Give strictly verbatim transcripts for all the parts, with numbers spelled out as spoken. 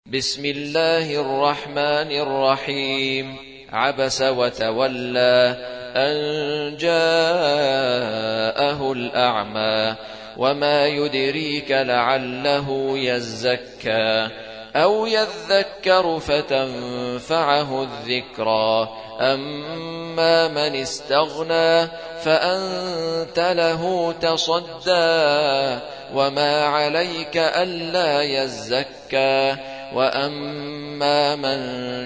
بسم الله الرحمن الرحيم. عبس وتولى أن جاءه الأعمى وما يدريك لعله يزكى أو يذكر فتنفعه الذكرى أما من استغنى فأنت له تصدى وما عليك ألا يزكى وأما من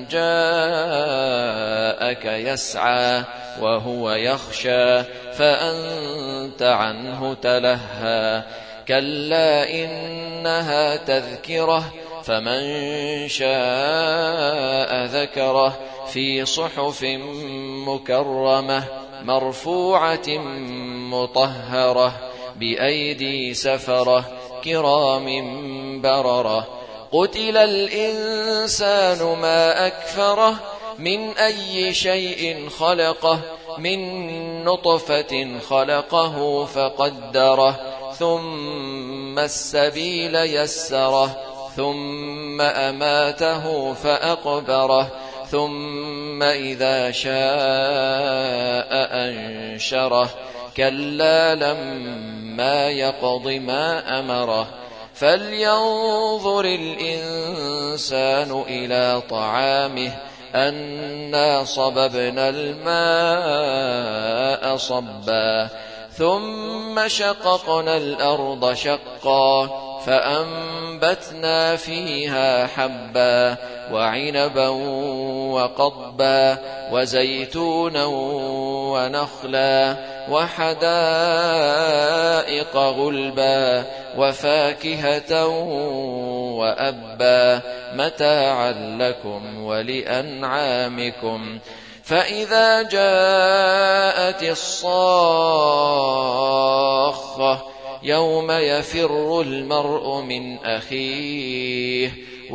جاءك يسعى وهو يخشى فأنت عنه تلهى كلا إنها تذكرة فمن شاء ذكره في صحف مكرمة مرفوعة مطهرة بأيدي سفرة كرام بررة قتل الإنسان ما أكفره من أي شيء خلقه من نطفة خلقه فقدره ثم السبيل يسره ثم أماته فأقبره ثم إذا شاء أنشره كلا لما يقض ما أمره فلينظر الإنسان إلى طعامه أنا صببنا الماء صبا ثم شققنا الأرض شقا فأنبتنا فيها حبا وعنبا وقضبا وزيتونا ونخلا وحدائق غلبا وفاكهة وأبا متاعا لكم ولأنعامكم فإذا جاءت الصاخة يوم يفر المرء من أخيه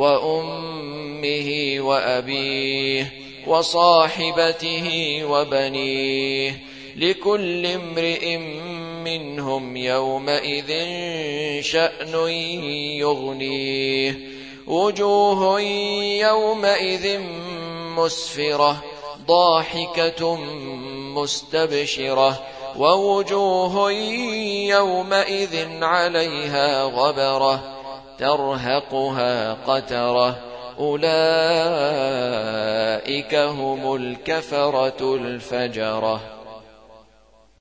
وأمه وأبيه وصاحبته وبنيه لكل امرئ منهم يومئذ شأن يغنيه وجوه يومئذ مسفرة ضاحكة مستبشرة ووجوه يومئذ عليها غبرة ترهقها قترة أولئك هم الكفرة الفجرة.